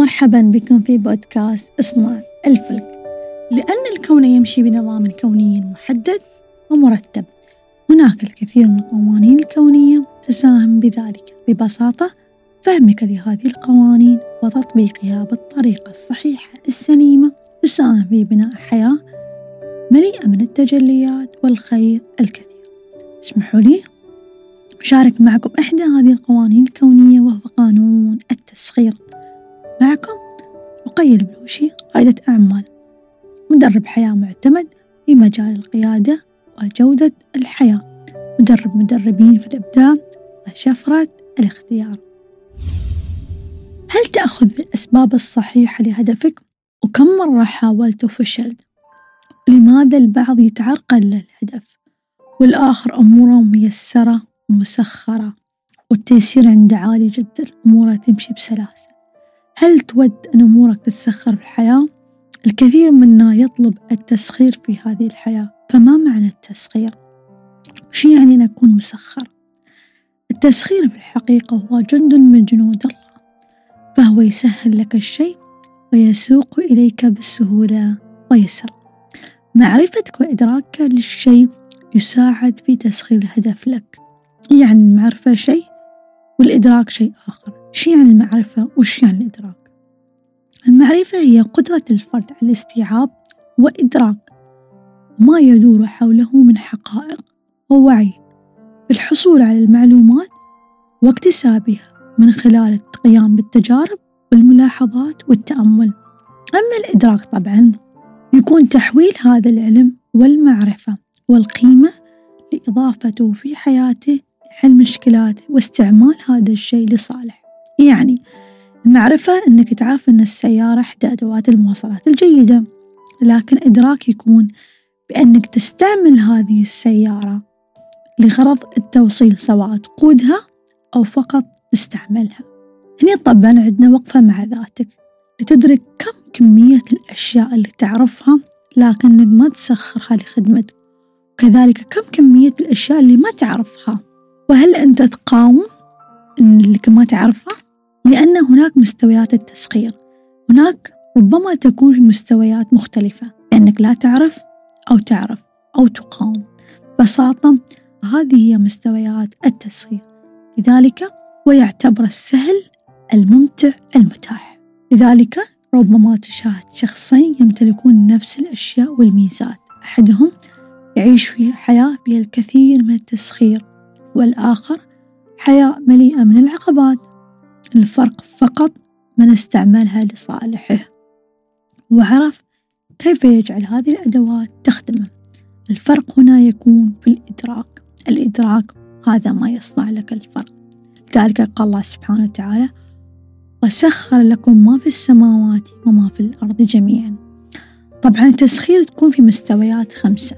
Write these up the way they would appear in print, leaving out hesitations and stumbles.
مرحبا بكم في بودكاست اصنع الفلك. لأن الكون يمشي بنظام كوني محدد ومرتب، هناك الكثير من القوانين الكونية تساهم بذلك. ببساطة، فهمك لهذه القوانين وتطبيقها بالطريقة الصحيحة السليمة يساهم في بناء حياة مليئة من التجليات والخير الكثير. اسمحوا لي أشارك معكم إحدى هذه القوانين الكونية، وهو قانون التسخير. معكم رقية البلوشي، قائدة أعمال، مدرب حياة معتمد في مجال القيادة وجودة الحياة، مدرب مدربين في الإبداع وشفرة الاختيار. هل تأخذ بالأسباب الصحيحة لهدفك؟ وكم مرة حاولت وفشلت؟ لماذا البعض يتعرقل للهدف والآخر أموره ميسرة ومسخرة والتيسير عنده عالي جدا، أموره تمشي بسلاسة؟ هل تود أن أمورك تتسخر في الحياة؟ الكثير منا يطلب التسخير في هذه الحياة، فما معنى التسخير؟ وش يعني نكون مسخر؟ التسخير في الحقيقة هو جند من جنود الله، فهو يسهل لك الشيء ويسوق إليك بسهولة ويسر. معرفتك وإدراكك للشيء يساعد في تسخير الهدف لك. يعني المعرفة شيء والإدراك شيء آخر. شو يعني المعرفة وش يعني الإدراك؟ المعرفة هي قدرة الفرد على الاستيعاب وإدراك ما يدور حوله من حقائق ووعي، بالحصول على المعلومات واكتسابها من خلال القيام بالتجارب والملاحظات والتأمل. أما الإدراك طبعا يكون تحويل هذا العلم والمعرفة والقيمة لإضافته في حياته لحل مشكلاته واستعمال هذا الشيء لصالح. يعني المعرفة أنك تعرف أن السيارة إحدى أدوات المواصلات الجيدة، لكن إدراك يكون بأنك تستعمل هذه السيارة لغرض التوصيل، سواء تقودها أو فقط تستعملها. هنا طبعا عندنا وقفة مع ذاتك لتدرك كم كمية الأشياء اللي تعرفها لكنك ما تسخرها لخدمتك، وكذلك كم كمية الأشياء اللي ما تعرفها. وهل أنت تقاوم اللي ما تعرفها؟ لأن هناك مستويات التسخير، هناك ربما تكون في مستويات مختلفة، أنك لا تعرف أو تعرف أو تقاوم. ببساطة هذه هي مستويات التسخير، لذلك هو يعتبر السهل الممتع المتاح. لذلك ربما تشاهد شخصين يمتلكون نفس الأشياء والميزات، أحدهم يعيش في حياة فيها الكثير من التسخير، والآخر حياة مليئة من العقبات. الفرق فقط من استعملها لصالحه وعرف كيف يجعل هذه الأدوات تخدمه. الفرق هنا يكون في الإدراك. الإدراك هذا ما يصنع لك الفرق. لذلك قال الله سبحانه وتعالى: وسخر لكم ما في السماوات وما في الأرض جميعا. طبعا التسخير تكون في مستويات 5: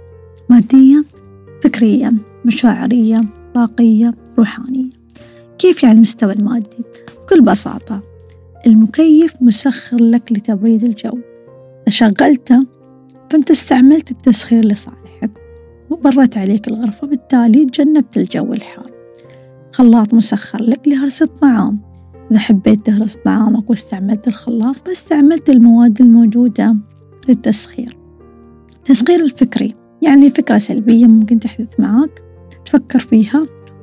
مادية، فكرية، مشاعرية، طاقية، روحانية. كيف يعني المستوى المادي؟ بكل بساطة المكيف مسخر لك لتبريد الجو، إذا شغلته فأنت استعملت التسخير لصالحك وبرت عليك الغرفة، بالتالي تجنبت الجو الحار. خلاط مسخر لك لهرس الطعام، إذا حبيت تهرس طعامك واستعملت الخلاط فاستعملت المواد الموجودة للتسخير. التسخير الفكري يعني فكرة سلبية ممكن تحدث معك، تفكر فيها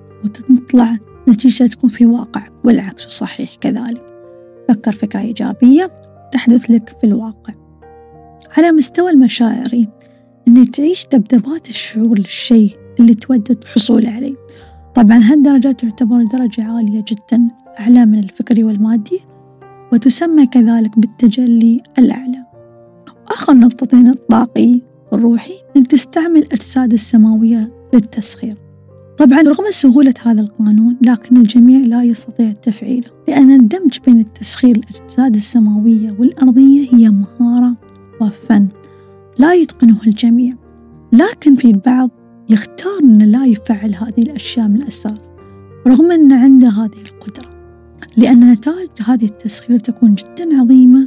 وتطلع نتيجة تكون في واقعك، والعكس صحيح كذلك. فكر فكرة إيجابية تحدث لك في الواقع. على مستوى المشاعري أن تعيش دبدبات الشعور للشيء اللي تود الحصول عليه. طبعا هالدرجة تعتبر درجة عالية جدا، أعلى من الفكري والمادي، وتسمى كذلك بالتجلي الأعلى. آخر نقطتين الطاقي والروحي، أن تستعمل الأجساد السماوية للتسخير. طبعا رغم سهولة هذا القانون لكن الجميع لا يستطيع تفعيله، لأن الدمج بين التسخير الأجساد السماوية والأرضية هي مهارة وفن لا يتقنه الجميع. لكن في البعض يختار أن لا يفعل هذه الأشياء من الأساس رغم أن عنده هذه القدرة، لأن نتائج هذه التسخير تكون جدا عظيمة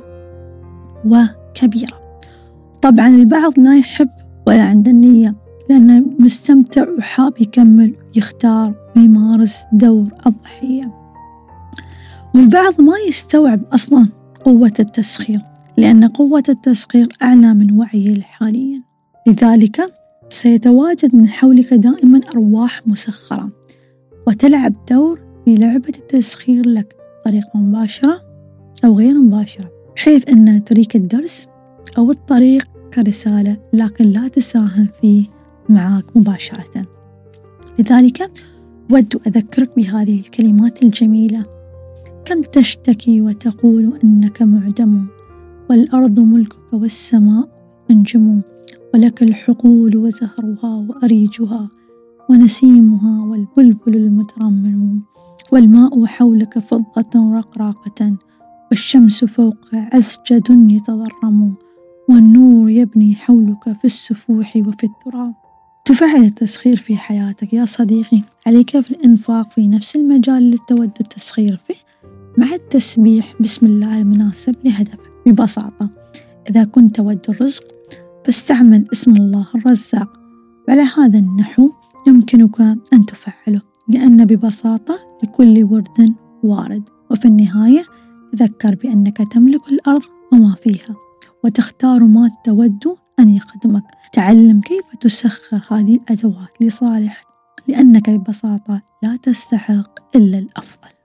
وكبيرة. طبعا البعض لا يحب ولا عنده النية، لأنه مستمتع وحاب يكمل يختار ويمارس دور الضحية. والبعض ما يستوعب أصلا قوة التسخير، لأن قوة التسخير أعلى من وعيه حاليا، لذلك سيتواجد من حولك دائما أرواح مسخرة وتلعب دور في لعبة التسخير لك بطريقة مباشرة أو غير مباشرة، بحيث أنها تريك الدرس أو الطريق كرسالة لكن لا تساهم فيه معك مباشرة. لذلك أود أذكرك بهذه الكلمات الجميلة: كم تشتكي وتقول إنك معدم، والأرض ملكك والسماء منجم، ولك الحقول وزهرها وأريجها ونسيمها والبلبل المترمم، والماء حولك فضة رقراقة، والشمس فوق عسجد يتضرم، والنور يبني حولك في السفوح وفي التراب. تفعل التسخير في حياتك يا صديقي، عليك في الإنفاق في نفس المجال اللي تود التسخير فيه مع التسبيح بسم الله المناسب لهدفك. ببساطة إذا كنت تود الرزق فاستعمل اسم الله الرزاق، وعلى هذا النحو يمكنك أن تفعله، لأن ببساطة لكل ورد وارد. وفي النهاية تذكر بأنك تملك الأرض وما فيها، وتختار ما تود أن يخدمك. تعلم كيف تسخر هذه الأدوات لصالحك، لأنك ببساطة لا تستحق إلا الأفضل.